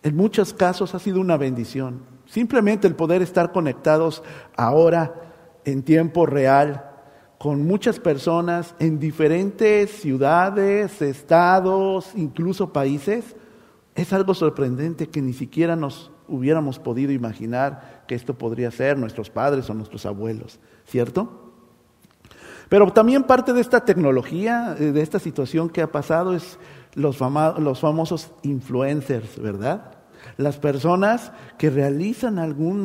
en muchos casos ha sido una bendición. Simplemente el poder estar conectados ahora en tiempo real con muchas personas en diferentes ciudades, estados, incluso países, es algo sorprendente que ni siquiera nos hubiéramos podido imaginar que esto podría ser nuestros padres o nuestros abuelos, ¿cierto? Pero también parte de esta tecnología, de esta situación que ha pasado, es los famosos influencers, ¿verdad? Las personas que realizan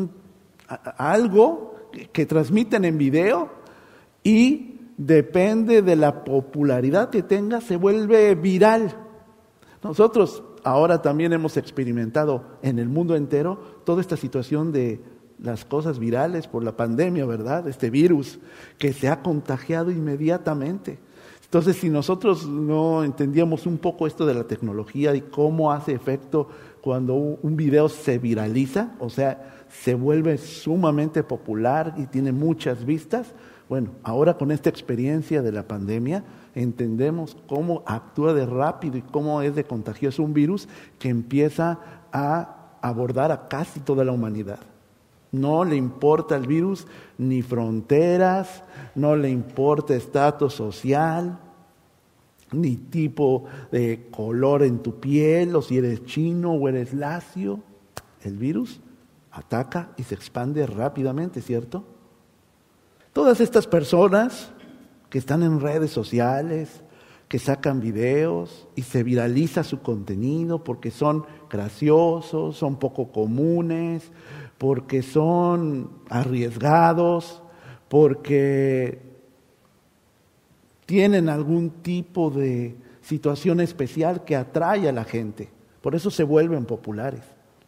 algo que transmiten en video y depende de la popularidad que tenga, se vuelve viral. Nosotros ahora también hemos experimentado en el mundo entero toda esta situación de las cosas virales por la pandemia, ¿verdad? Este virus que se ha contagiado inmediatamente. Entonces, si nosotros no entendíamos un poco esto de la tecnología y cómo hace efecto cuando un video se viraliza, o sea, se vuelve sumamente popular y tiene muchas vistas, bueno, ahora con esta experiencia de la pandemia entendemos cómo actúa de rápido y cómo es de contagioso un virus que empieza a abordar a casi toda la humanidad. No le importa al virus ni fronteras, no le importa estatus social, ni tipo de color en tu piel, o si eres chino o eres lacio. El virus ataca y se expande rápidamente, ¿cierto? Todas estas personas que están en redes sociales, que sacan videos y se viraliza su contenido porque son graciosos, son poco comunes, porque son arriesgados, porque tienen algún tipo de situación especial que atrae a la gente. Por eso se vuelven populares.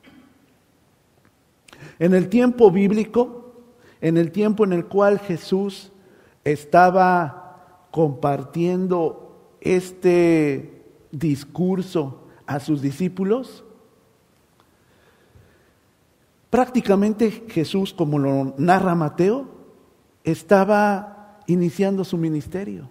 En el tiempo bíblico, en el tiempo en el cual Jesús estaba compartiendo este discurso a sus discípulos, prácticamente Jesús, como lo narra Mateo, estaba iniciando su ministerio.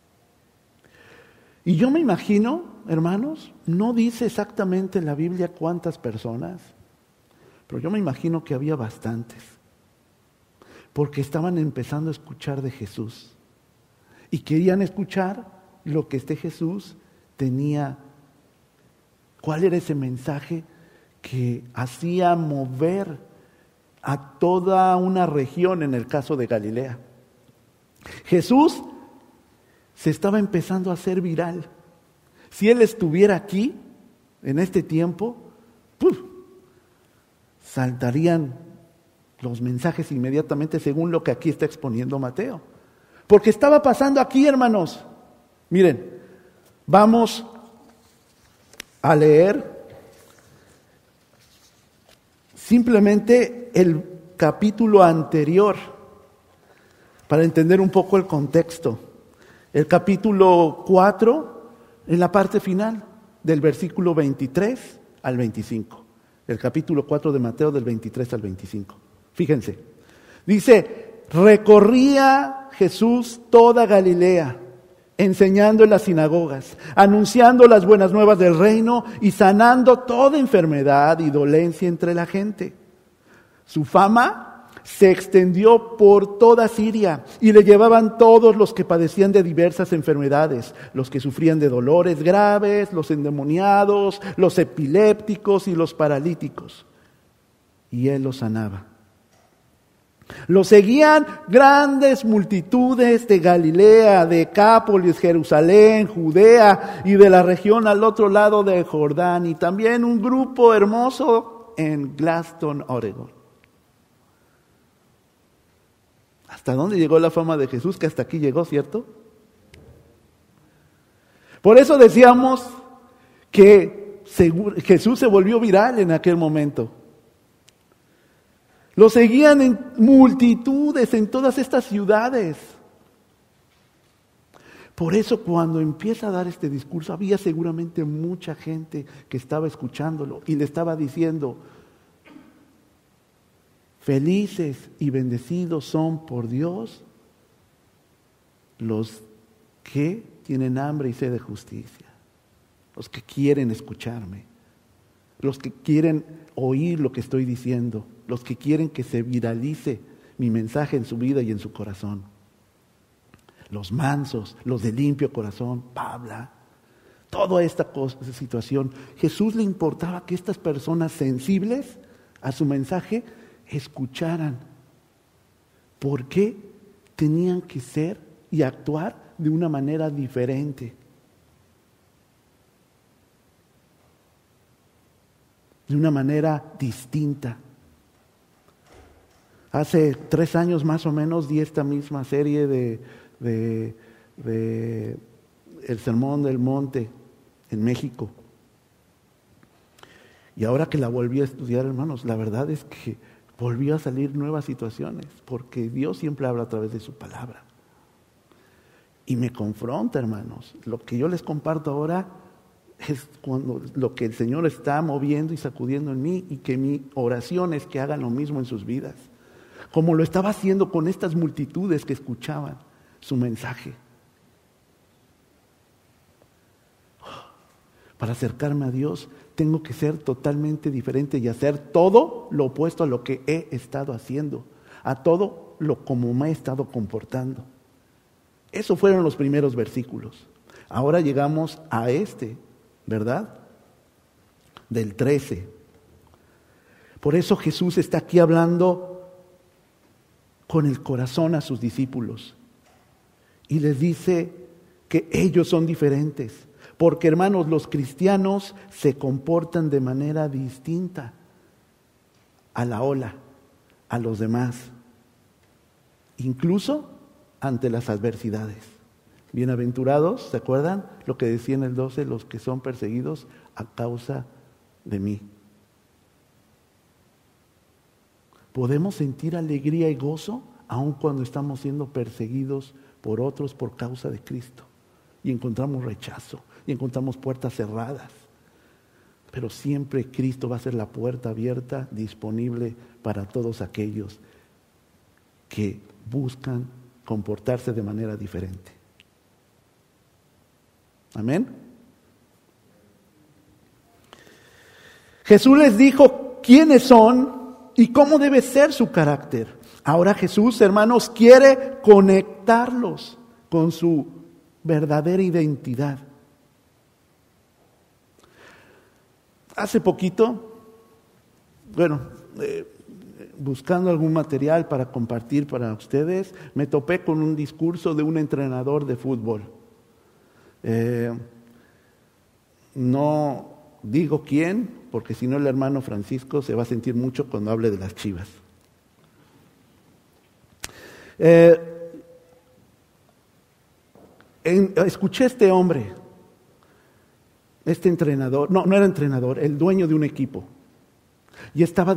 Y yo me imagino, hermanos, no dice exactamente la Biblia cuántas personas, pero yo me imagino que había bastantes, porque estaban empezando a escuchar de Jesús y querían escuchar lo que este Jesús tenía, cuál era ese mensaje que hacía mover a toda una región en el caso de Galilea. Jesús se estaba empezando a hacer viral. Si Él estuviera aquí, en este tiempo, ¡puf!, saltarían los mensajes inmediatamente según lo que aquí está exponiendo Mateo. Porque estaba pasando aquí, hermanos. Miren, vamos a leer simplemente el capítulo anterior para entender un poco el contexto. El capítulo 4, en la parte final, del versículo 23 al 25. El capítulo 4 de Mateo, del 23 al 25. Fíjense, dice: recorría Jesús toda Galilea, enseñando en las sinagogas, anunciando las buenas nuevas del reino y sanando toda enfermedad y dolencia entre la gente. Su fama se extendió por toda Siria y le llevaban todos los que padecían de diversas enfermedades, los que sufrían de dolores graves, los endemoniados, los epilépticos y los paralíticos. Y él los sanaba. Lo seguían grandes multitudes de Galilea, de Decápolis, Jerusalén, Judea y de la región al otro lado del Jordán, y también un grupo hermoso en Glaston, Oregon. ¿Hasta dónde llegó la fama de Jesús? Que hasta aquí llegó, ¿cierto? Por eso decíamos que Jesús se volvió viral en aquel momento. Lo seguían en multitudes en todas estas ciudades. Por eso cuando empieza a dar este discurso, había seguramente mucha gente que estaba escuchándolo y le estaba diciendo: felices y bendecidos son por Dios los que tienen hambre y sed de justicia, los que quieren escucharme. los que quieren oír lo que estoy diciendo, los que quieren que se viralice mi mensaje en su vida y en su corazón. Los mansos, los de limpio corazón, Pablo, toda esta situación. Jesús le importaba que estas personas sensibles a su mensaje escucharan. ¿Por qué tenían que ser y actuar de una manera diferente? De una manera distinta. Hace 3 años más o menos di esta misma serie de el Sermón del Monte en México. Y ahora que la volví a estudiar, hermanos, la verdad es que volvió a salir nuevas situaciones, porque Dios siempre habla a través de su palabra. Y me confronta, hermanos. Lo que yo les comparto ahora es cuando lo que el Señor está moviendo y sacudiendo en mí, y que mi oración es que hagan lo mismo en sus vidas, como lo estaba haciendo con estas multitudes que escuchaban su mensaje. Para acercarme a Dios tengo que ser totalmente diferente y hacer todo lo opuesto a lo que he estado haciendo, a todo lo como me he estado comportando. Esos fueron los primeros versículos. Ahora llegamos a ¿verdad? Del 13. Por eso Jesús está aquí hablando con el corazón a sus discípulos y les dice que ellos son diferentes, porque, hermanos, los cristianos se comportan de manera distinta a la ola, a los demás, incluso ante las adversidades. Bienaventurados, ¿se acuerdan lo que decía en el 12? Los que son perseguidos a causa de mí. Podemos sentir alegría y gozo aun cuando estamos siendo perseguidos por otros por causa de Cristo. Y encontramos rechazo, y encontramos puertas cerradas. Pero siempre Cristo va a ser la puerta abierta, disponible para todos aquellos que buscan comportarse de manera diferente. Amén. Jesús les dijo quiénes son y cómo debe ser su carácter. Ahora Jesús, hermanos, quiere conectarlos con su verdadera identidad. Hace poquito, buscando algún material para compartir para ustedes, me topé con un discurso de un entrenador de fútbol. No digo quién, porque si no el hermano Francisco se va a sentir mucho cuando hable de las Chivas. Escuché a este hombre, este entrenador, no era entrenador, el dueño de un equipo, y estaba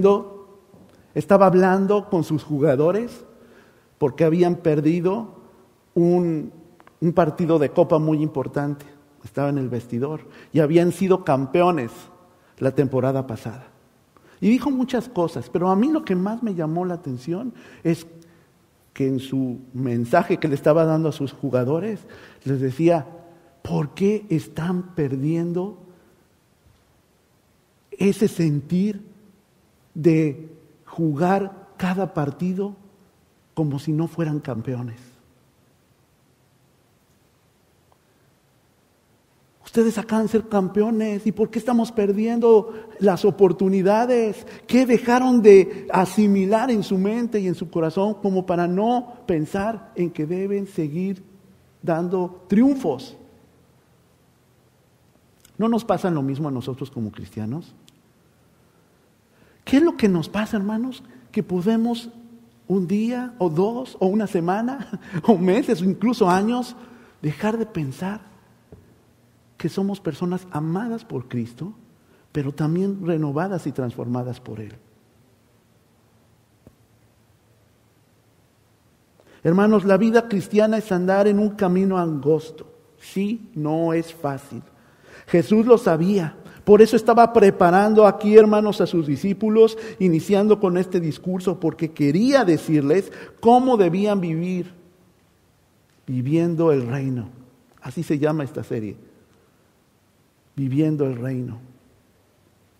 hablando con sus jugadores porque habían perdido un partido de copa muy importante. Estaba en el vestidor y habían sido campeones la temporada pasada. Y dijo muchas cosas, pero a mí lo que más me llamó la atención es que en su mensaje que le estaba dando a sus jugadores, les decía: ¿por qué están perdiendo ese sentir de jugar cada partido como si no fueran campeones? Ustedes acaban de ser campeones, ¿y por qué estamos perdiendo las oportunidades? ¿Qué dejaron de asimilar en su mente y en su corazón como para no pensar en que deben seguir dando triunfos? ¿No nos pasa lo mismo a nosotros como cristianos? ¿Qué es lo que nos pasa, hermanos? Que podemos un día o dos o una semana o meses o incluso años dejar de pensar que somos personas amadas por Cristo, pero también renovadas y transformadas por Él. Hermanos, la vida cristiana es andar en un camino angosto. Sí, no es fácil. Jesús lo sabía. Por eso estaba preparando aquí, hermanos, a sus discípulos, iniciando con este discurso, porque quería decirles cómo debían vivir, viviendo el reino. Así se llama esta serie. Viviendo el reino.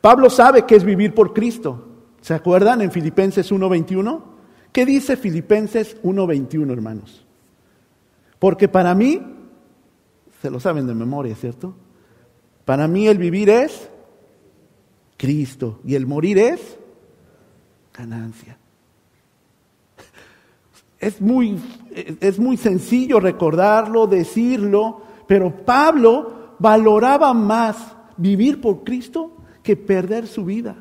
Pablo sabe qué es vivir por Cristo. ¿Se acuerdan en Filipenses 1:21? ¿Qué dice Filipenses 1:21, hermanos? Porque para mí, se lo saben de memoria, ¿cierto? Para mí el vivir es Cristo y el morir es ganancia. Es muy sencillo recordarlo, decirlo, pero Pablo valoraba más vivir por Cristo que perder su vida.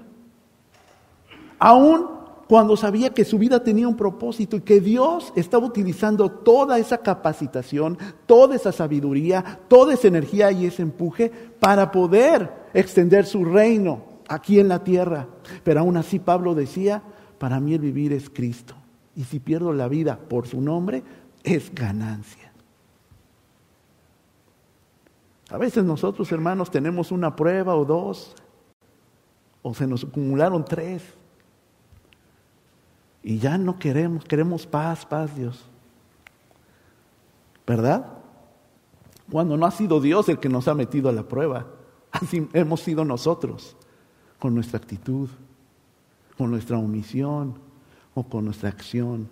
Aún cuando sabía que su vida tenía un propósito y que Dios estaba utilizando toda esa capacitación, toda esa sabiduría, toda esa energía y ese empuje para poder extender su reino aquí en la tierra. Pero aún así Pablo decía, para mí el vivir es Cristo. Y si pierdo la vida por su nombre, es ganancia. A veces nosotros, hermanos, tenemos una prueba o dos, o se nos acumularon 3. Y ya no queremos paz, Dios. ¿Verdad? Cuando no ha sido Dios el que nos ha metido a la prueba. Así hemos sido nosotros, con nuestra actitud, con nuestra omisión o con nuestra acción.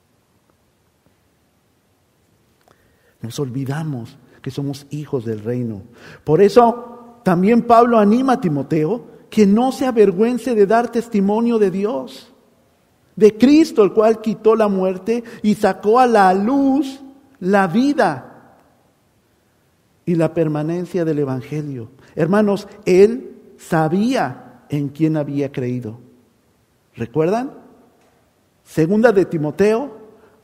Nos olvidamos que somos hijos del reino. Por eso también Pablo anima a Timoteo que no se avergüence de dar testimonio de Dios, de Cristo, el cual quitó la muerte y sacó a la luz la vida y la permanencia del Evangelio. Hermanos, él sabía en quién había creído. ¿Recuerdan? Segunda de Timoteo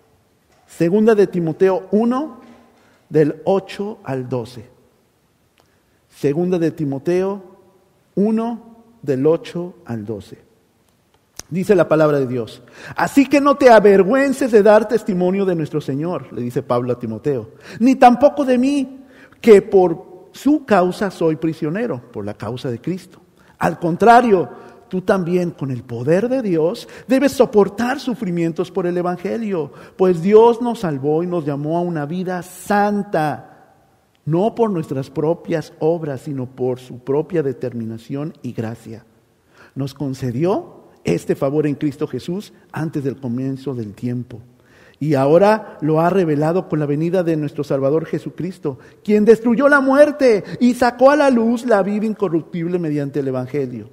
1, del 8 al 12. Segunda de Timoteo 1, del 8 al 12. Dice la palabra de Dios: así que no te avergüences de dar testimonio de nuestro Señor, le dice Pablo a Timoteo, ni tampoco de mí, que por su causa soy prisionero, por la causa de Cristo. Al contrario, tú también, con el poder de Dios, debes soportar sufrimientos por el Evangelio, pues Dios nos salvó y nos llamó a una vida santa, no por nuestras propias obras, sino por su propia determinación y gracia. Nos concedió este favor en Cristo Jesús antes del comienzo del tiempo. Y ahora lo ha revelado con la venida de nuestro Salvador Jesucristo, quien destruyó la muerte y sacó a la luz la vida incorruptible mediante el Evangelio.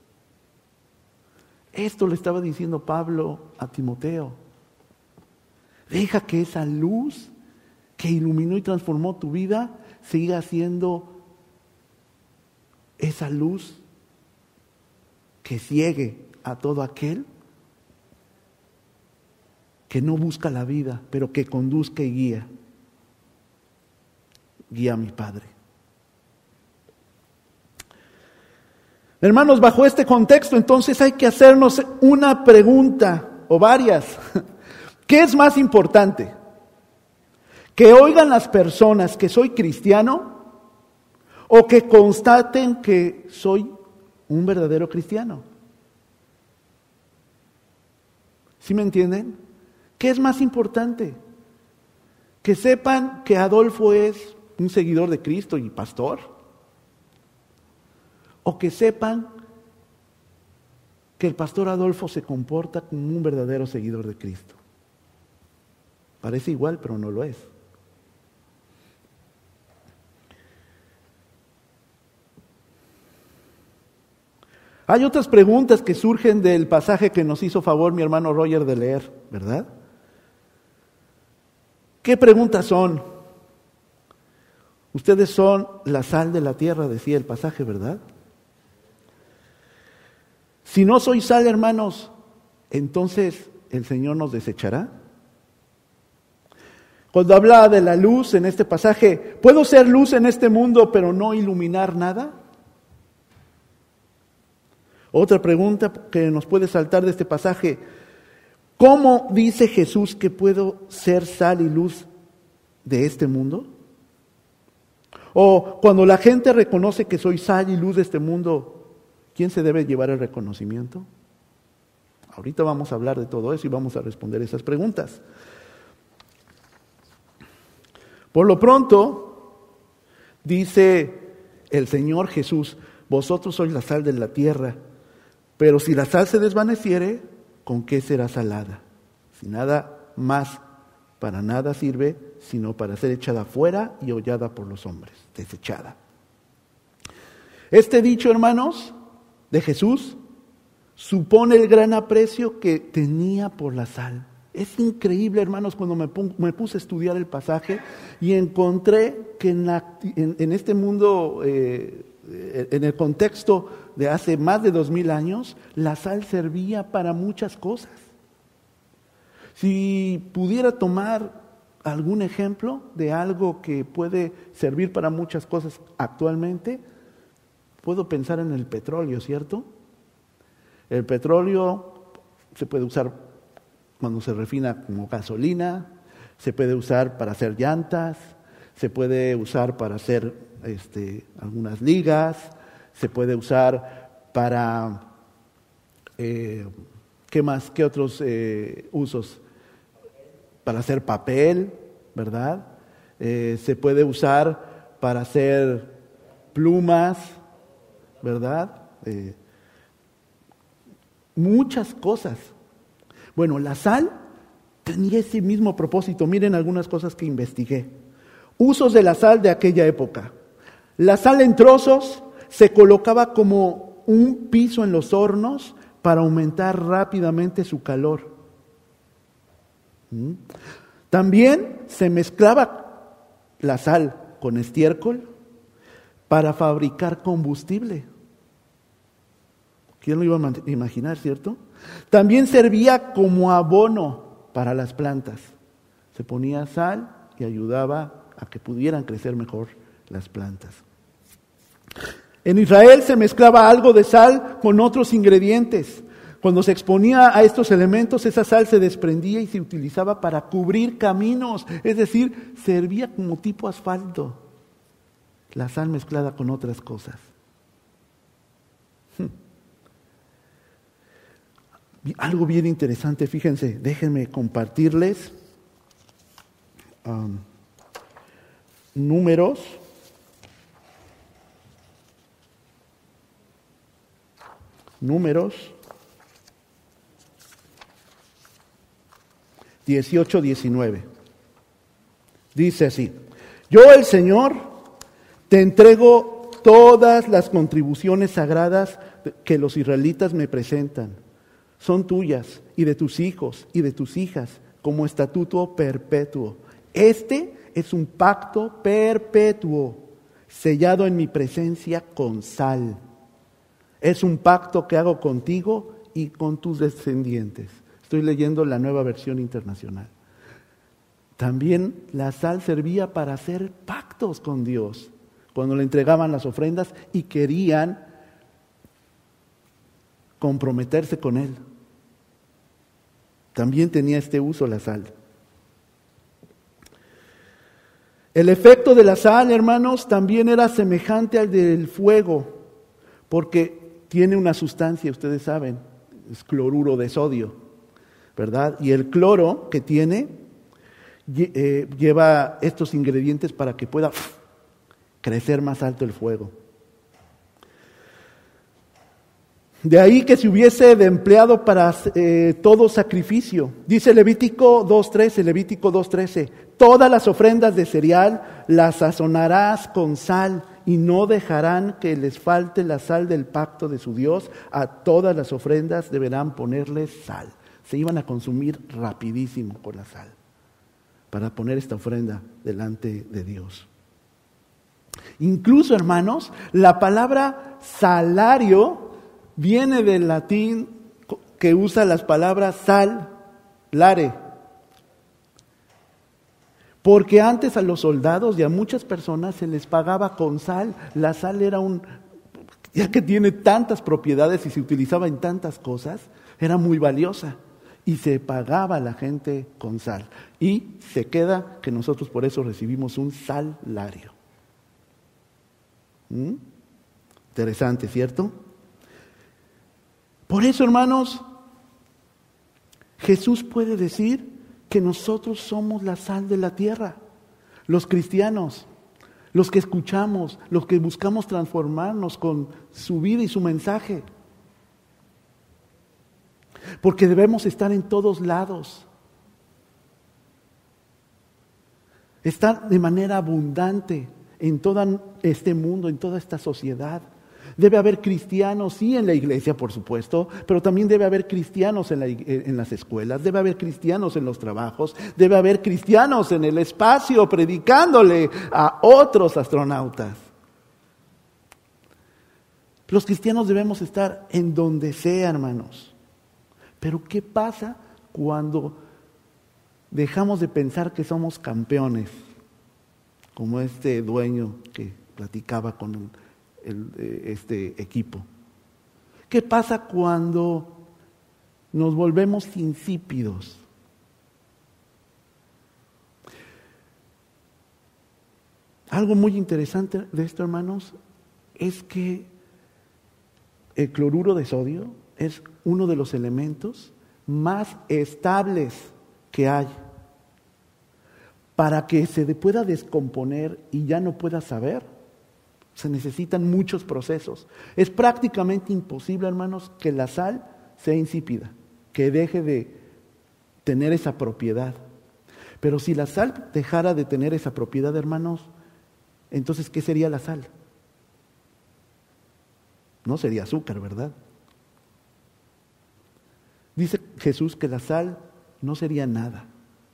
Esto le estaba diciendo Pablo a Timoteo. Deja que esa luz que iluminó y transformó tu vida siga siendo esa luz que ciegue a todo aquel que no busca la vida, pero que conduzca y guía. Guía a mi Padre. Hermanos, bajo este contexto, entonces hay que hacernos una pregunta, o varias. ¿Qué es más importante? ¿Que oigan las personas que soy cristiano o que constaten que soy un verdadero cristiano? ¿Sí me entienden? ¿Qué es más importante? ¿Que sepan que Adolfo es un seguidor de Cristo y pastor? ¿O que sepan que el pastor Adolfo se comporta como un verdadero seguidor de Cristo? Parece igual, pero no lo es. Hay otras preguntas que surgen del pasaje que nos hizo favor mi hermano Roger de leer, ¿verdad? ¿Qué preguntas son? Ustedes son la sal de la tierra, decía el pasaje, ¿verdad? Si no soy sal, hermanos, entonces ¿el Señor nos desechará? Cuando habla de la luz en este pasaje, ¿puedo ser luz en este mundo pero no iluminar nada? Otra pregunta que nos puede saltar de este pasaje: ¿cómo dice Jesús que puedo ser sal y luz de este mundo? O cuando la gente reconoce que soy sal y luz de este mundo, ¿quién se debe llevar el reconocimiento? Ahorita vamos a hablar de todo eso y vamos a responder esas preguntas. Por lo pronto, dice el Señor Jesús: Vosotros sois la sal de la tierra, pero si la sal se desvaneciere, ¿con qué será salada? Si nada más, para nada sirve, sino para ser echada fuera y hollada por los hombres, desechada. Este dicho, hermanos, de Jesús, supone el gran aprecio que tenía por la sal. Es increíble, hermanos, cuando me puse a estudiar el pasaje y encontré que en este mundo, en el contexto de hace más de 2000 años, la sal servía para muchas cosas. Si pudiera tomar algún ejemplo de algo que puede servir para muchas cosas actualmente, puedo pensar en el petróleo, ¿cierto? El petróleo se puede usar cuando se refina como gasolina, se puede usar para hacer llantas, se puede usar para hacer algunas ligas, se puede usar para, ¿qué más? ¿Qué otros usos? Para hacer papel, ¿verdad? Se puede usar para hacer plumas, ¿verdad? Muchas cosas. Bueno, la sal tenía ese mismo propósito. Miren algunas cosas que investigué. Usos de la sal de aquella época. La sal en trozos se colocaba como un piso en los hornos para aumentar rápidamente su calor. También se mezclaba la sal con estiércol para fabricar combustible. ¿Quién lo iba a imaginar, cierto? También servía como abono para las plantas. Se ponía sal y ayudaba a que pudieran crecer mejor las plantas. En Israel se mezclaba algo de sal con otros ingredientes. Cuando se exponía a estos elementos, esa sal se desprendía y se utilizaba para cubrir caminos, es decir, servía como tipo asfalto. La sal mezclada con otras cosas. Algo bien interesante, fíjense, déjenme compartirles Números. Números 18-19. Dice así: Yo, el Señor, te entrego todas las contribuciones sagradas que los israelitas me presentan. Son tuyas y de tus hijos y de tus hijas como estatuto perpetuo. Este es un pacto perpetuo, sellado en mi presencia con sal. Es un pacto que hago contigo y con tus descendientes. Estoy leyendo la Nueva Versión Internacional. También la sal servía para hacer pactos con Dios, cuando le entregaban las ofrendas y querían comprometerse con Él. También tenía este uso la sal. El efecto de la sal, hermanos, también era semejante al del fuego, porque tiene una sustancia, ustedes saben, es cloruro de sodio, ¿verdad? Y el cloro que tiene lleva estos ingredientes para que pueda crecer más alto el fuego. De ahí que se hubiese de empleado para todo sacrificio. Dice Levítico 2.13, todas las ofrendas de cereal las sazonarás con sal y no dejarán que les falte la sal del pacto de su Dios. A todas las ofrendas deberán ponerles sal. Se iban a consumir rapidísimo por la sal para poner esta ofrenda delante de Dios. Incluso, hermanos, la palabra salario viene del latín que usa las palabras sal, lare. Porque antes a los soldados y a muchas personas se les pagaba con sal. La sal era ya que tiene tantas propiedades y se utilizaba en tantas cosas, era muy valiosa. Y se pagaba a la gente con sal. Y se queda que nosotros por eso recibimos un salario. Interesante, ¿cierto? Por eso, hermanos, Jesús puede decir que nosotros somos la sal de la tierra, los cristianos. los que escuchamos, los que buscamos transformarnos con su vida y su mensaje. Porque debemos estar en todos lados. Estar de manera abundante en todo este mundo, en toda esta sociedad. Debe haber cristianos, sí, en la iglesia, por supuesto, pero también debe haber cristianos en las escuelas, debe haber cristianos en los trabajos, debe haber cristianos en el espacio predicándole a otros astronautas. Los cristianos debemos estar en donde sea, hermanos. Pero ¿qué pasa cuando dejamos de pensar que somos campeones? Como este dueño que platicaba con este equipo. ¿Qué pasa cuando nos volvemos insípidos? Algo muy interesante de esto, hermanos, es que el cloruro de sodio es uno de los elementos más estables que hay. Para que se pueda descomponer y ya no pueda saber, se necesitan muchos procesos. Es prácticamente imposible, hermanos, que la sal sea insípida, que deje de tener esa propiedad. Pero si la sal dejara de tener esa propiedad, hermanos, entonces, ¿qué sería la sal? No sería azúcar, ¿verdad? Dice Jesús que la sal no sería nada.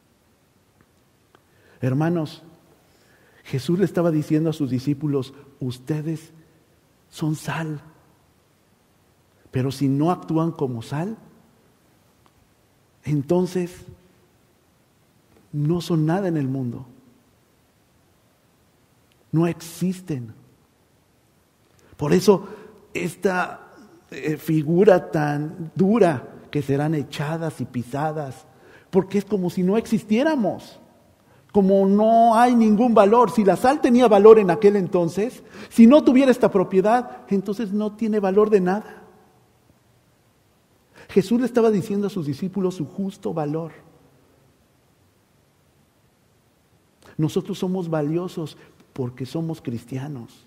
Hermanos, Jesús le estaba diciendo a sus discípulos, ustedes son sal, pero si no actúan como sal, entonces no son nada en el mundo, no existen. Por eso esta figura tan dura que serán echadas y pisadas, porque es como si no existiéramos. Como no hay ningún valor. Si la sal tenía valor en aquel entonces, si no tuviera esta propiedad, entonces no tiene valor de nada. Jesús le estaba diciendo a sus discípulos su justo valor. Nosotros somos valiosos porque somos cristianos.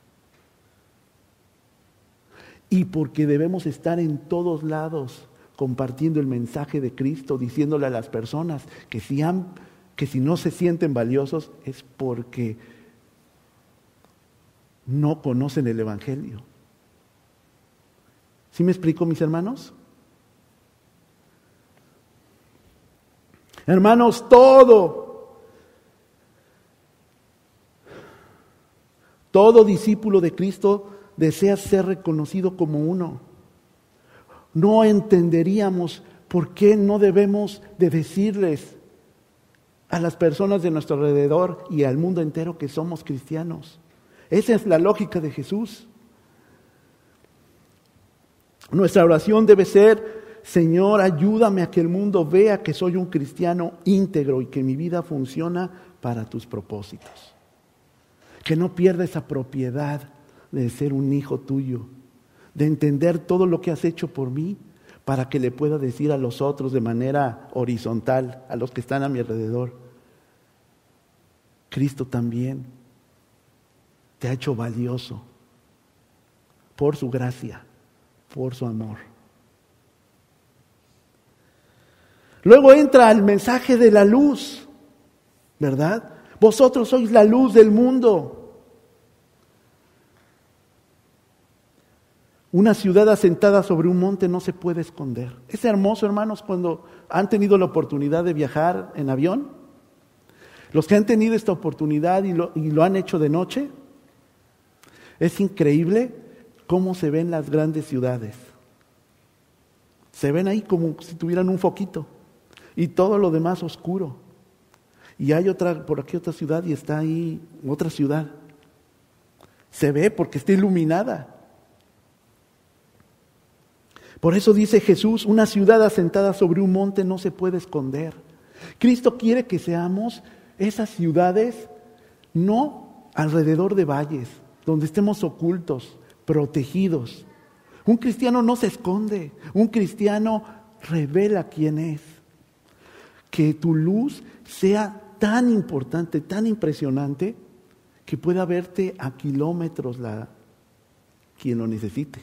Y porque debemos estar en todos lados compartiendo el mensaje de Cristo, diciéndole a las personas que si no se sienten valiosos es porque no conocen el Evangelio. ¿Sí me explico, mis hermanos? Hermanos, todo discípulo de Cristo desea ser reconocido como uno. No entenderíamos por qué no debemos de decirles a las personas de nuestro alrededor y al mundo entero que somos cristianos. Esa es la lógica de Jesús. Nuestra oración debe ser: Señor, ayúdame a que el mundo vea que soy un cristiano íntegro y que mi vida funciona para tus propósitos. Que no pierda esa propiedad de ser un hijo tuyo, de entender todo lo que has hecho por mí, para que le pueda decir a los otros de manera horizontal, a los que están a mi alrededor: Cristo también te ha hecho valioso por su gracia, por su amor. Luego entra el mensaje de la luz, ¿verdad? Vosotros sois la luz del mundo. Una ciudad asentada sobre un monte no se puede esconder. Es hermoso, hermanos, cuando han tenido la oportunidad de viajar en avión. Los que han tenido esta oportunidad y lo han hecho de noche, es increíble cómo se ven las grandes ciudades. Se ven ahí como si tuvieran un foquito y todo lo demás oscuro. Y hay por aquí otra ciudad y está ahí otra ciudad. Se ve porque está iluminada. Por eso dice Jesús, una ciudad asentada sobre un monte no se puede esconder. Cristo quiere que seamos esas ciudades, no alrededor de valles, donde estemos ocultos, protegidos. Un cristiano no se esconde, un cristiano revela quién es. Que tu luz sea tan importante, tan impresionante, que pueda verte a kilómetros quien lo necesite.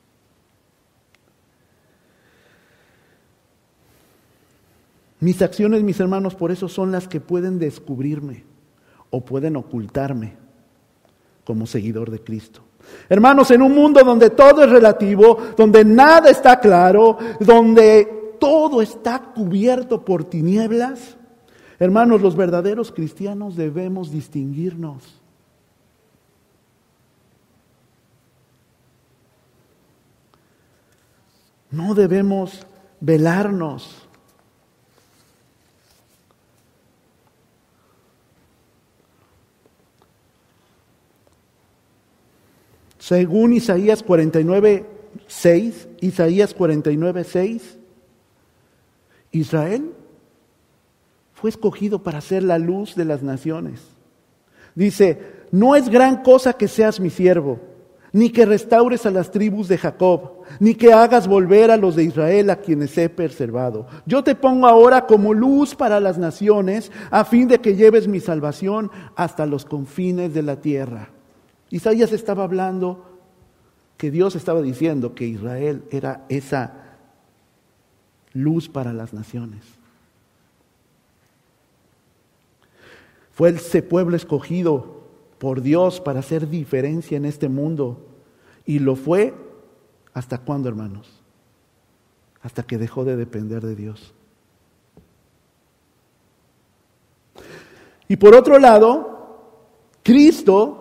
Mis acciones, mis hermanos, por eso son las que pueden descubrirme o pueden ocultarme como seguidor de Cristo. Hermanos, en un mundo donde todo es relativo, donde nada está claro, donde todo está cubierto por tinieblas, hermanos, los verdaderos cristianos debemos distinguirnos. No debemos velarnos. Según Isaías 49:6, Israel fue escogido para ser la luz de las naciones. Dice, no es gran cosa que seas mi siervo, ni que restaures a las tribus de Jacob, ni que hagas volver a los de Israel a quienes he preservado. Yo te pongo ahora como luz para las naciones, a fin de que lleves mi salvación hasta los confines de la tierra. Isaías estaba hablando que Dios estaba diciendo que Israel era esa luz para las naciones. Fue ese pueblo escogido por Dios para hacer diferencia en este mundo. Y lo fue, ¿hasta cuándo, hermanos? Hasta que dejó de depender de Dios. Y por otro lado, Cristo,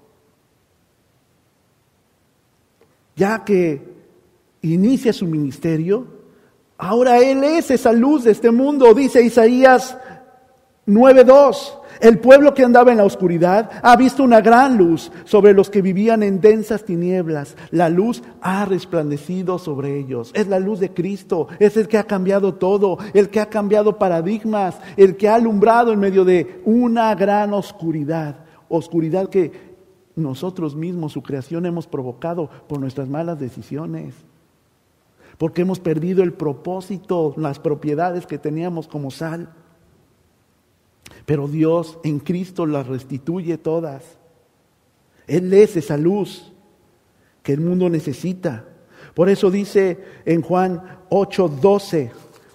ya que inicia su ministerio, ahora Él es esa luz de este mundo. Dice Isaías 9:2, el pueblo que andaba en la oscuridad ha visto una gran luz sobre los que vivían en densas tinieblas. La luz ha resplandecido sobre ellos. Es la luz de Cristo, es el que ha cambiado todo, el que ha cambiado paradigmas, el que ha alumbrado en medio de una gran oscuridad que nosotros mismos, su creación, hemos provocado por nuestras malas decisiones, porque hemos perdido el propósito, las propiedades que teníamos como sal. Pero Dios en Cristo las restituye todas. Él es esa luz que el mundo necesita. Por eso dice en Juan 8:12,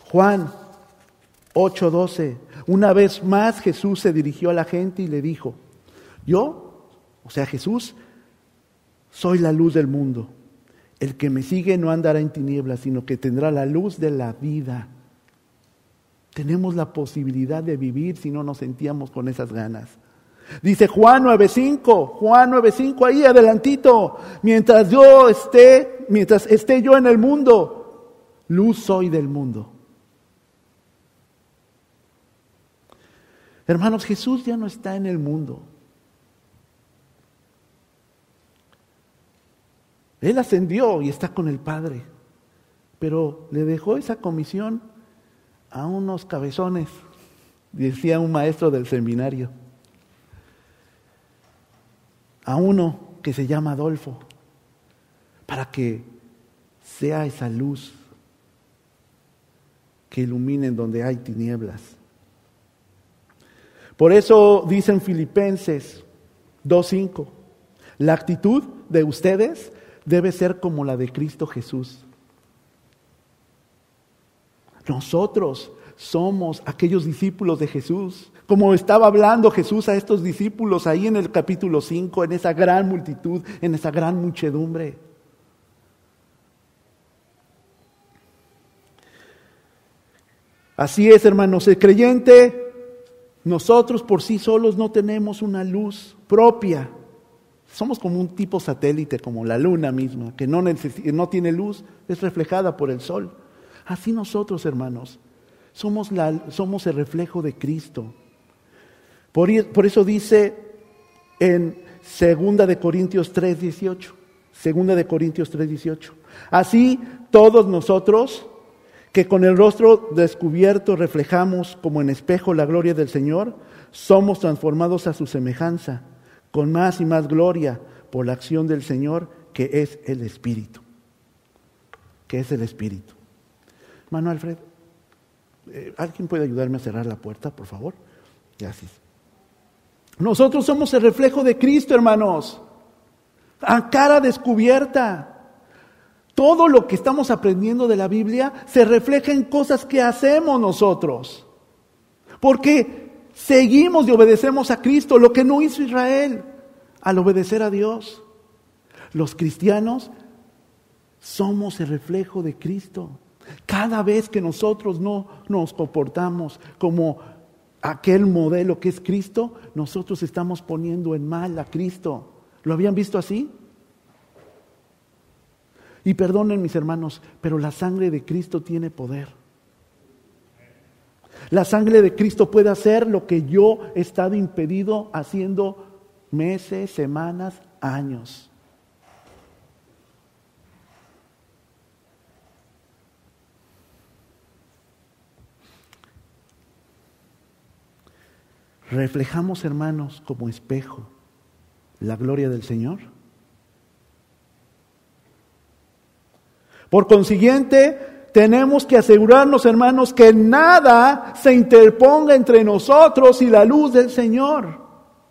una vez más Jesús se dirigió a la gente y le dijo, Jesús, soy la luz del mundo. El que me sigue no andará en tinieblas, sino que tendrá la luz de la vida. Tenemos la posibilidad de vivir si no nos sentíamos con esas ganas. Dice Juan 9:5, ahí adelantito, mientras esté yo en el mundo, luz soy del mundo. Hermanos, Jesús ya no está en el mundo. Él ascendió y está con el Padre, pero le dejó esa comisión a unos cabezones, decía un maestro del seminario, a uno que se llama Adolfo, para que sea esa luz que ilumine en donde hay tinieblas. Por eso dicen Filipenses 2:5, la actitud de ustedes debe ser como la de Cristo Jesús. Nosotros somos aquellos discípulos de Jesús, como estaba hablando Jesús a estos discípulos ahí en el capítulo 5, en esa gran multitud, en esa gran muchedumbre. Así es, hermanos, el creyente, nosotros por sí solos no tenemos una luz propia. Somos como un tipo satélite, como la luna misma, que no tiene luz, es reflejada por el sol. Así nosotros, hermanos, somos el reflejo de Cristo. Por eso dice en 2 de Corintios 3:18, así todos nosotros, que con el rostro descubierto reflejamos como en espejo la gloria del Señor, somos transformados a su semejanza, con más y más gloria por la acción del Señor, que es el Espíritu. Hermano Alfred, ¿alguien puede ayudarme a cerrar la puerta, por favor? Gracias. Nosotros somos el reflejo de Cristo, hermanos, a cara descubierta. Todo lo que estamos aprendiendo de la Biblia se refleja en cosas que hacemos nosotros. Porque seguimos y obedecemos a Cristo, lo que no hizo Israel al obedecer a Dios. Los cristianos somos el reflejo de Cristo. Cada vez que nosotros no nos comportamos como aquel modelo que es Cristo, nosotros estamos poniendo en mal a Cristo. ¿Lo habían visto así? Y perdonen mis hermanos, pero la sangre de Cristo tiene poder. La sangre de Cristo puede hacer lo que yo he estado impedido haciendo meses, semanas, años. ¿Reflejamos, hermanos, como espejo la gloria del Señor? Por consiguiente, tenemos que asegurarnos, hermanos, que nada se interponga entre nosotros y la luz del Señor.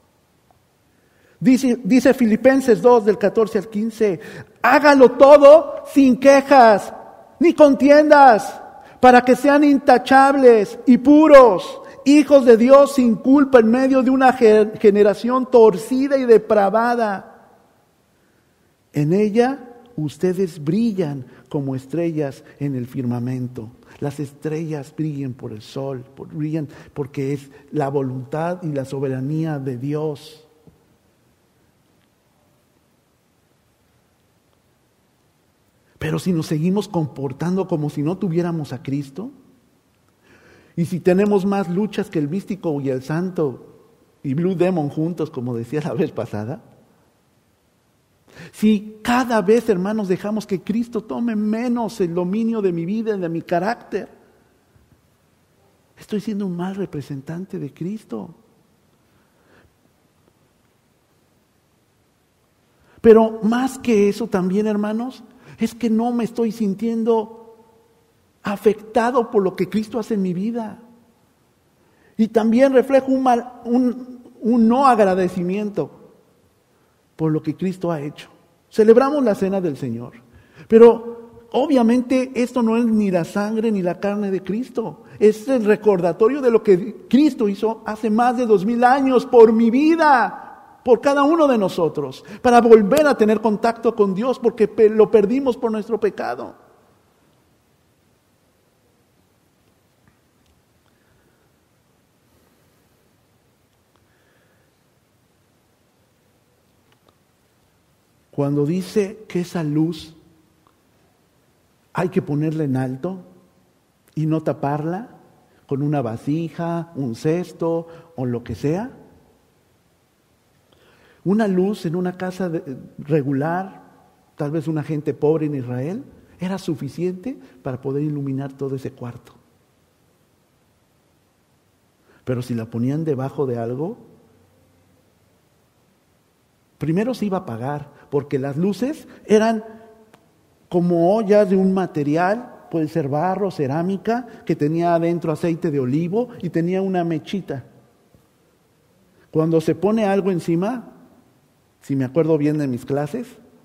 Dice Filipenses 2, del 14 al 15, hágalo todo sin quejas ni contiendas, para que sean intachables y puros, hijos de Dios sin culpa en medio de una generación torcida y depravada. En ella ustedes brillan como estrellas en el firmamento. Las estrellas brillan por el sol, brillan porque es la voluntad y la soberanía de Dios. Pero si nos seguimos comportando como si no tuviéramos a Cristo, y si tenemos más luchas que el místico y el santo y Blue Demon juntos, como decía la vez pasada, si cada vez, hermanos, dejamos que Cristo tome menos el dominio de mi vida y de mi carácter, estoy siendo un mal representante de Cristo. Pero más que eso también, hermanos, es que no me estoy sintiendo afectado por lo que Cristo hace en mi vida. Y también reflejo un no agradecimiento por lo que Cristo ha hecho. Celebramos la cena del Señor, pero obviamente esto no es ni la sangre ni la carne de Cristo. Es el recordatorio de lo que Cristo hizo hace más de 2000 años por mi vida, por cada uno de nosotros, para volver a tener contacto con Dios, porque lo perdimos por nuestro pecado. Cuando dice que esa luz hay que ponerla en alto y no taparla con una vasija, un cesto o lo que sea. Una luz en una casa regular, tal vez una gente pobre en Israel, era suficiente para poder iluminar todo ese cuarto. Pero si la ponían debajo de algo, primero se iba a apagar, porque las luces eran como ollas de un material, puede ser barro, cerámica, que tenía adentro aceite de olivo y tenía una mechita. Cuando se pone algo encima, si me acuerdo bien de mis clases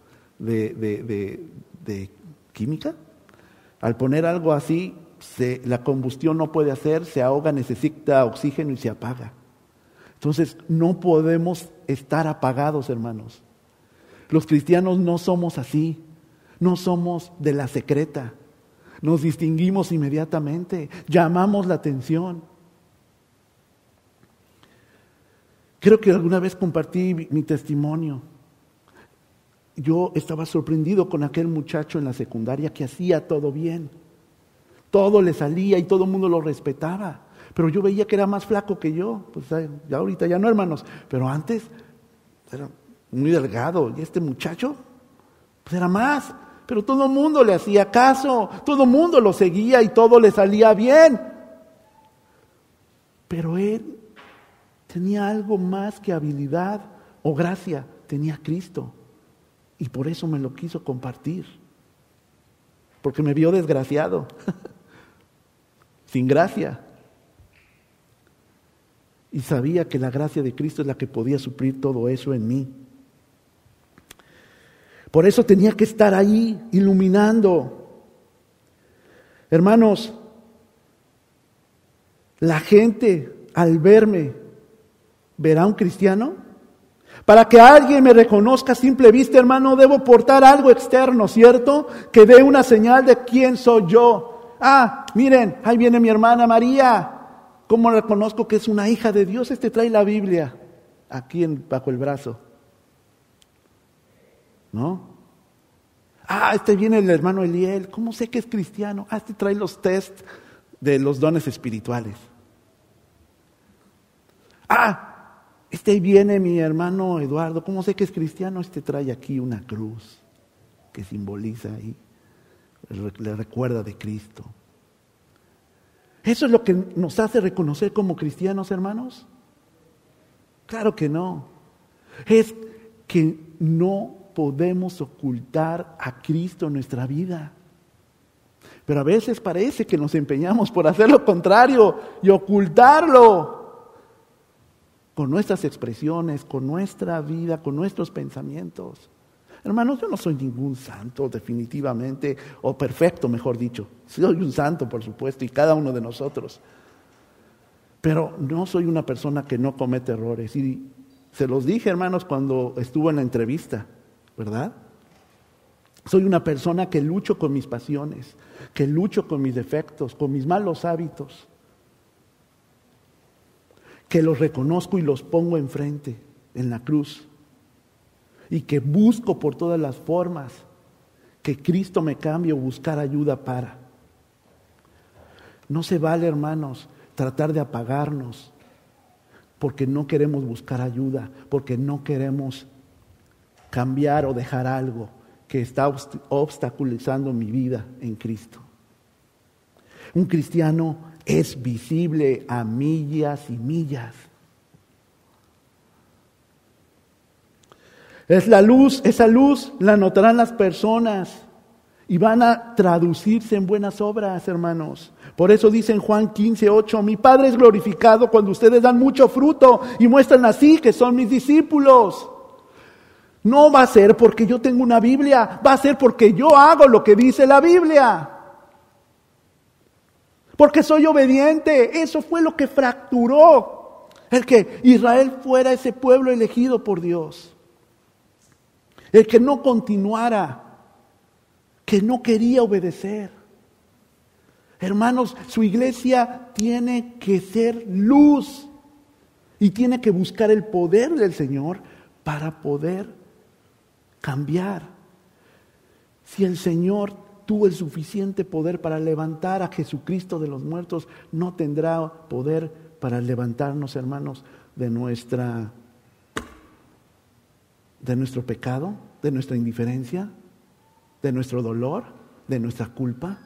de química, al poner algo así, la combustión no puede hacer, se ahoga, necesita oxígeno y se apaga. Entonces, no podemos estar apagados, hermanos. Los cristianos no somos así, no somos de la secreta. Nos distinguimos inmediatamente, llamamos la atención. Creo que alguna vez compartí mi testimonio. Yo estaba sorprendido con aquel muchacho en la secundaria que hacía todo bien. Todo le salía y todo el mundo lo respetaba. Pero yo veía que era más flaco que yo. Pues ya ahorita ya no, hermanos. Pero antes era muy delgado. Y este muchacho, pues era más. Pero todo el mundo le hacía caso. Todo el mundo lo seguía y todo le salía bien. Pero él tenía algo más que habilidad o gracia. Tenía a Cristo. Y por eso me lo quiso compartir. Porque me vio desgraciado. Sin gracia. Y sabía que la gracia de Cristo es la que podía suplir todo eso en mí. Por eso tenía que estar ahí, iluminando. Hermanos, la gente al verme, ¿verá un cristiano? Para que alguien me reconozca a simple vista, hermano, debo portar algo externo, ¿cierto? Que dé una señal de quién soy yo. Miren, ahí viene mi hermana María. ¿Cómo reconozco que es una hija de Dios? Trae la Biblia aquí bajo el brazo. ¿No? Viene el hermano Eliel. ¿Cómo sé que es cristiano? Trae los test de los dones espirituales. Viene mi hermano Eduardo. ¿Cómo sé que es cristiano? Trae aquí una cruz que simboliza ahí, le recuerda de Cristo. ¿Eso es lo que nos hace reconocer como cristianos, hermanos? Claro que no. Es que no podemos ocultar a Cristo en nuestra vida. Pero a veces parece que nos empeñamos por hacer lo contrario y ocultarlo con nuestras expresiones, con nuestra vida, con nuestros pensamientos. Hermanos, yo no soy ningún santo definitivamente, o perfecto, mejor dicho. Soy un santo, por supuesto, y cada uno de nosotros. Pero no soy una persona que no comete errores. Y se los dije, hermanos, cuando estuve en la entrevista, ¿verdad? Soy una persona que lucho con mis pasiones, que lucho con mis defectos, con mis malos hábitos, que los reconozco y los pongo enfrente, en la cruz. Y que busco por todas las formas que Cristo me cambie o buscar ayuda para. No se vale, hermanos, tratar de apagarnos porque no queremos buscar ayuda, porque no queremos cambiar o dejar algo que está obstaculizando mi vida en Cristo. Un cristiano es visible a millas y millas. Es la luz, esa luz la notarán las personas y van a traducirse en buenas obras, hermanos. Por eso dice en Juan 15:8, mi Padre es glorificado cuando ustedes dan mucho fruto y muestran así que son mis discípulos. No va a ser porque yo tengo una Biblia, va a ser porque yo hago lo que dice la Biblia. Porque soy obediente. Eso fue lo que fracturó el que Israel fuera ese pueblo elegido por Dios. El que no continuara, que no quería obedecer. Hermanos, su iglesia tiene que ser luz y tiene que buscar el poder del Señor para poder cambiar. Si el Señor tuvo el suficiente poder para levantar a Jesucristo de los muertos, no tendrá poder para levantarnos, hermanos, de nuestro pecado, de nuestra indiferencia, de nuestro dolor, de nuestra culpa.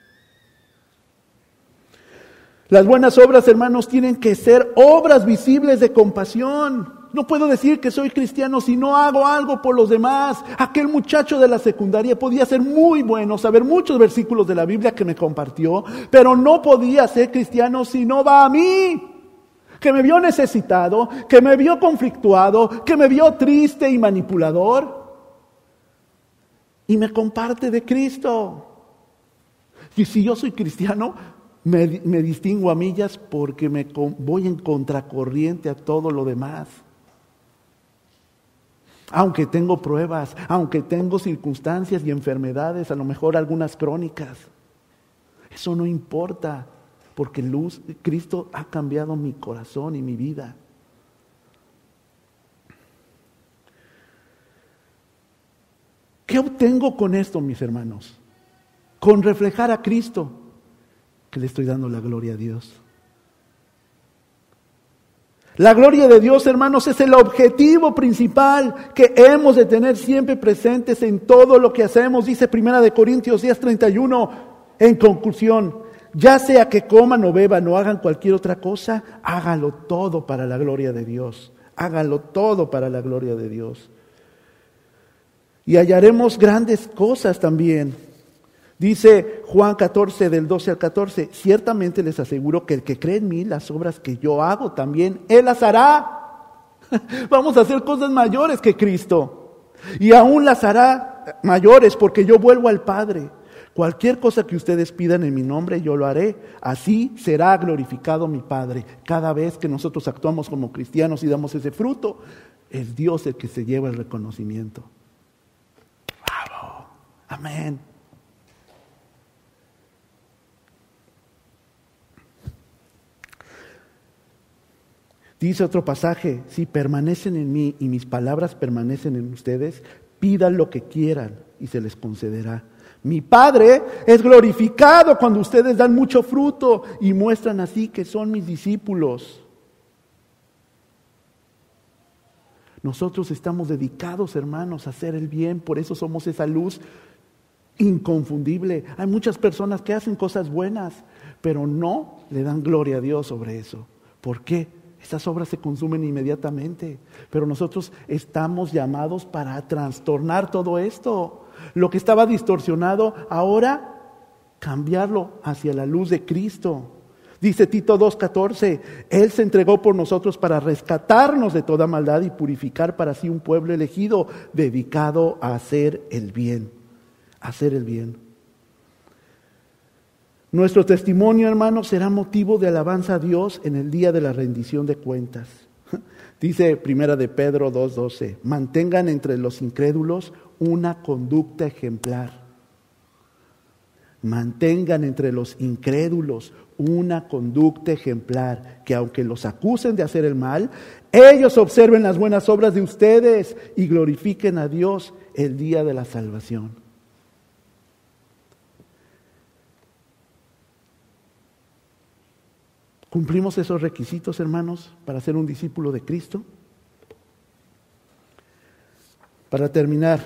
Las buenas obras, hermanos, tienen que ser obras visibles de compasión. No puedo decir que soy cristiano si no hago algo por los demás. Aquel muchacho de la secundaria podía ser muy bueno, saber muchos versículos de la Biblia que me compartió, pero no podía ser cristiano si no va a mí. Que me vio necesitado, que me vio conflictuado, que me vio triste y manipulador. Y me comparte de Cristo. Y si yo soy cristiano, me distingo a millas porque voy en contracorriente a todo lo demás. Aunque tengo pruebas, aunque tengo circunstancias y enfermedades, a lo mejor algunas crónicas. Eso no importa. Porque Cristo ha cambiado mi corazón y mi vida. ¿Qué obtengo con esto, mis hermanos? Con reflejar a Cristo, que le estoy dando la gloria a Dios. La gloria de Dios, hermanos, es el objetivo principal que hemos de tener siempre presentes en todo lo que hacemos. Dice 1 Corintios 10:31, en conclusión. Ya sea que coman o beban o hagan cualquier otra cosa, hágalo todo para la gloria de Dios. Hágalo todo para la gloria de Dios. Y hallaremos grandes cosas también. Dice Juan 14, del 12 al 14, ciertamente les aseguro que el que cree en mí, las obras que yo hago también, él las hará. Vamos a hacer cosas mayores que Cristo. Y aún las hará mayores porque yo vuelvo al Padre. Cualquier cosa que ustedes pidan en mi nombre, yo lo haré. Así será glorificado mi Padre. Cada vez que nosotros actuamos como cristianos y damos ese fruto, es Dios el que se lleva el reconocimiento. ¡Bravo! Amén. Dice otro pasaje, si permanecen en mí y mis palabras permanecen en ustedes, pidan lo que quieran y se les concederá. Mi Padre es glorificado cuando ustedes dan mucho fruto y muestran así que son mis discípulos. Nosotros estamos dedicados, hermanos, a hacer el bien, por eso somos esa luz inconfundible. Hay muchas personas que hacen cosas buenas, pero no le dan gloria a Dios sobre eso. ¿Por qué? Esas obras se consumen inmediatamente, pero nosotros estamos llamados para trastornar todo esto. Lo que estaba distorsionado, ahora cambiarlo hacia la luz de Cristo. Dice Tito 2:14, Él se entregó por nosotros para rescatarnos de toda maldad y purificar para sí un pueblo elegido, dedicado a hacer el bien. Hacer el bien. Nuestro testimonio, hermanos, será motivo de alabanza a Dios en el día de la rendición de cuentas. Dice Primera de Pedro 2:12, mantengan entre los incrédulos una conducta ejemplar. Mantengan entre los incrédulos una conducta ejemplar, que aunque los acusen de hacer el mal, ellos observen las buenas obras de ustedes y glorifiquen a Dios el día de la salvación. ¿Cumplimos esos requisitos, hermanos, para ser un discípulo de Cristo? Para terminar,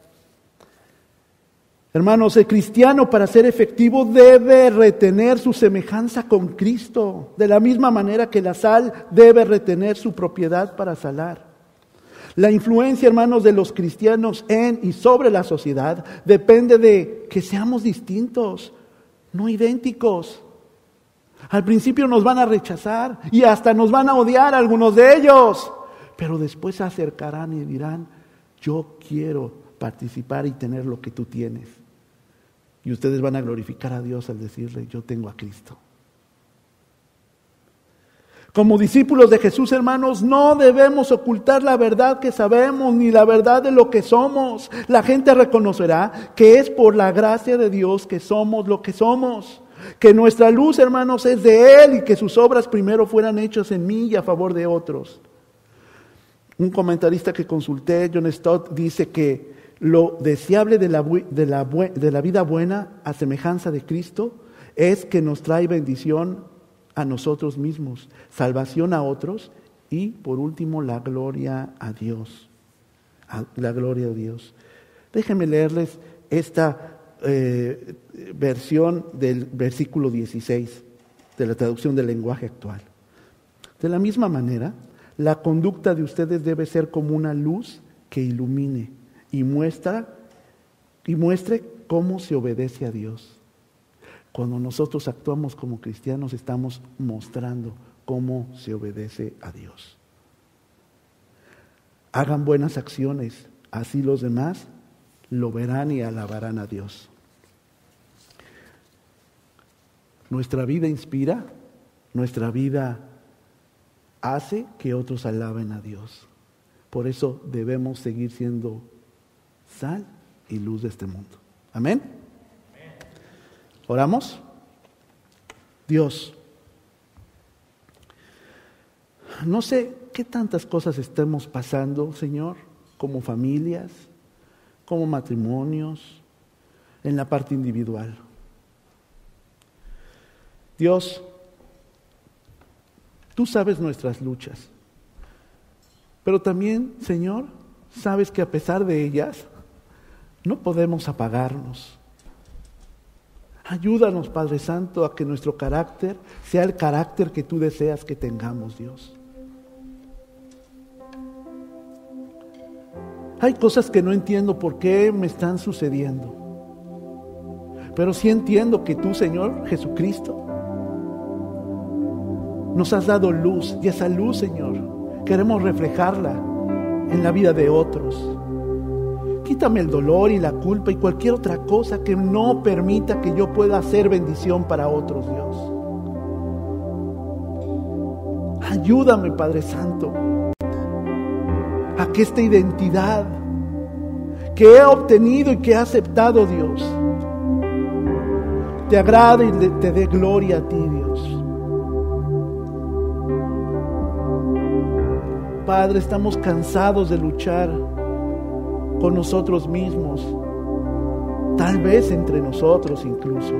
hermanos, el cristiano para ser efectivo debe retener su semejanza con Cristo, de la misma manera que la sal debe retener su propiedad para salar. La influencia, hermanos, de los cristianos en y sobre la sociedad depende de que seamos distintos, no idénticos. Al principio nos van a rechazar y hasta nos van a odiar algunos de ellos, pero después se acercarán y dirán, yo quiero participar y tener lo que tú tienes. Y ustedes van a glorificar a Dios al decirle, yo tengo a Cristo. Como discípulos de Jesús, hermanos, no debemos ocultar la verdad que sabemos ni la verdad de lo que somos. La gente reconocerá que es por la gracia de Dios que somos lo que somos. Que nuestra luz, hermanos, es de Él y que sus obras primero fueran hechas en mí y a favor de otros. Un comentarista que consulté, John Stott, dice que lo deseable de la vida buena, a semejanza de Cristo, es que nos trae bendición a nosotros mismos, salvación a otros y, por último, la gloria a Dios. La gloria a Dios. Déjenme leerles esta versión del versículo 16 de la traducción del lenguaje actual. De la misma manera, la conducta de ustedes debe ser como una luz que ilumine y muestre cómo se obedece a Dios. Cuando nosotros actuamos como cristianos, estamos mostrando cómo se obedece a Dios. Hagan buenas acciones, así los demás lo verán y alabarán a Dios. Nuestra vida inspira, nuestra vida hace que otros alaben a Dios. Por eso debemos seguir siendo sal y luz de este mundo. Amén. ¿Oramos? Dios, no sé qué tantas cosas estemos pasando, Señor, como familias, como matrimonios, en la parte individual. Dios, tú sabes nuestras luchas, pero también, Señor, sabes que a pesar de ellas, no podemos apagarnos. Ayúdanos, Padre Santo, a que nuestro carácter sea el carácter que tú deseas que tengamos, Dios. Hay cosas que no entiendo por qué me están sucediendo. Pero sí entiendo que tú, Señor Jesucristo, nos has dado luz, y esa luz, Señor, queremos reflejarla en la vida de otros. Quítame el dolor y la culpa y cualquier otra cosa que no permita que yo pueda hacer bendición para otros, Dios. Ayúdame, Padre Santo, a que esta identidad que he obtenido y que he aceptado, Dios, te agrade y te dé gloria a ti, Dios. Padre, estamos cansados de luchar con nosotros mismos, tal vez entre nosotros incluso.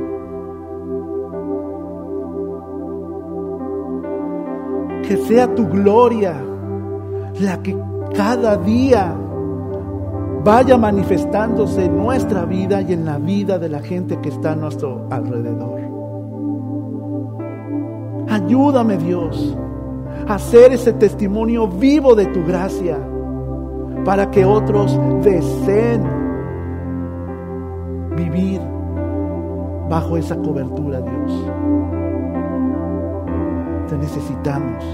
Que sea tu gloria la que cada día vaya manifestándose en nuestra vida y en la vida de la gente que está a nuestro alrededor. Ayúdame, Dios, a hacer ese testimonio vivo de tu gracia, para que otros deseen vivir bajo esa cobertura, Dios. Te necesitamos.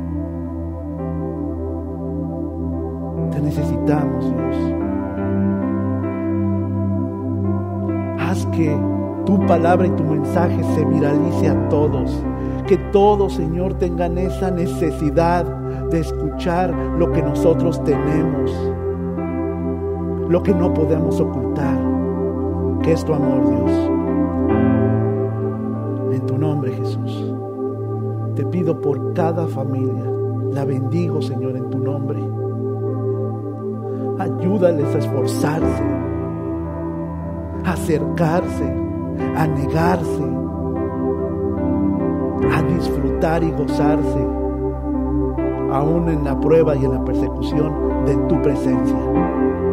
Te necesitamos, Dios. Haz que tu palabra y tu mensaje se viralice a todos. Que todos, Señor, tengan esa necesidad de escuchar lo que nosotros tenemos, lo que no podemos ocultar, que es tu amor, Dios. En tu nombre, Jesús, te pido por cada familia, la bendigo, Señor, en tu nombre. Ayúdales a esforzarse, a acercarse, a negarse, a disfrutar y gozarse, aún en la prueba y en la persecución de tu presencia.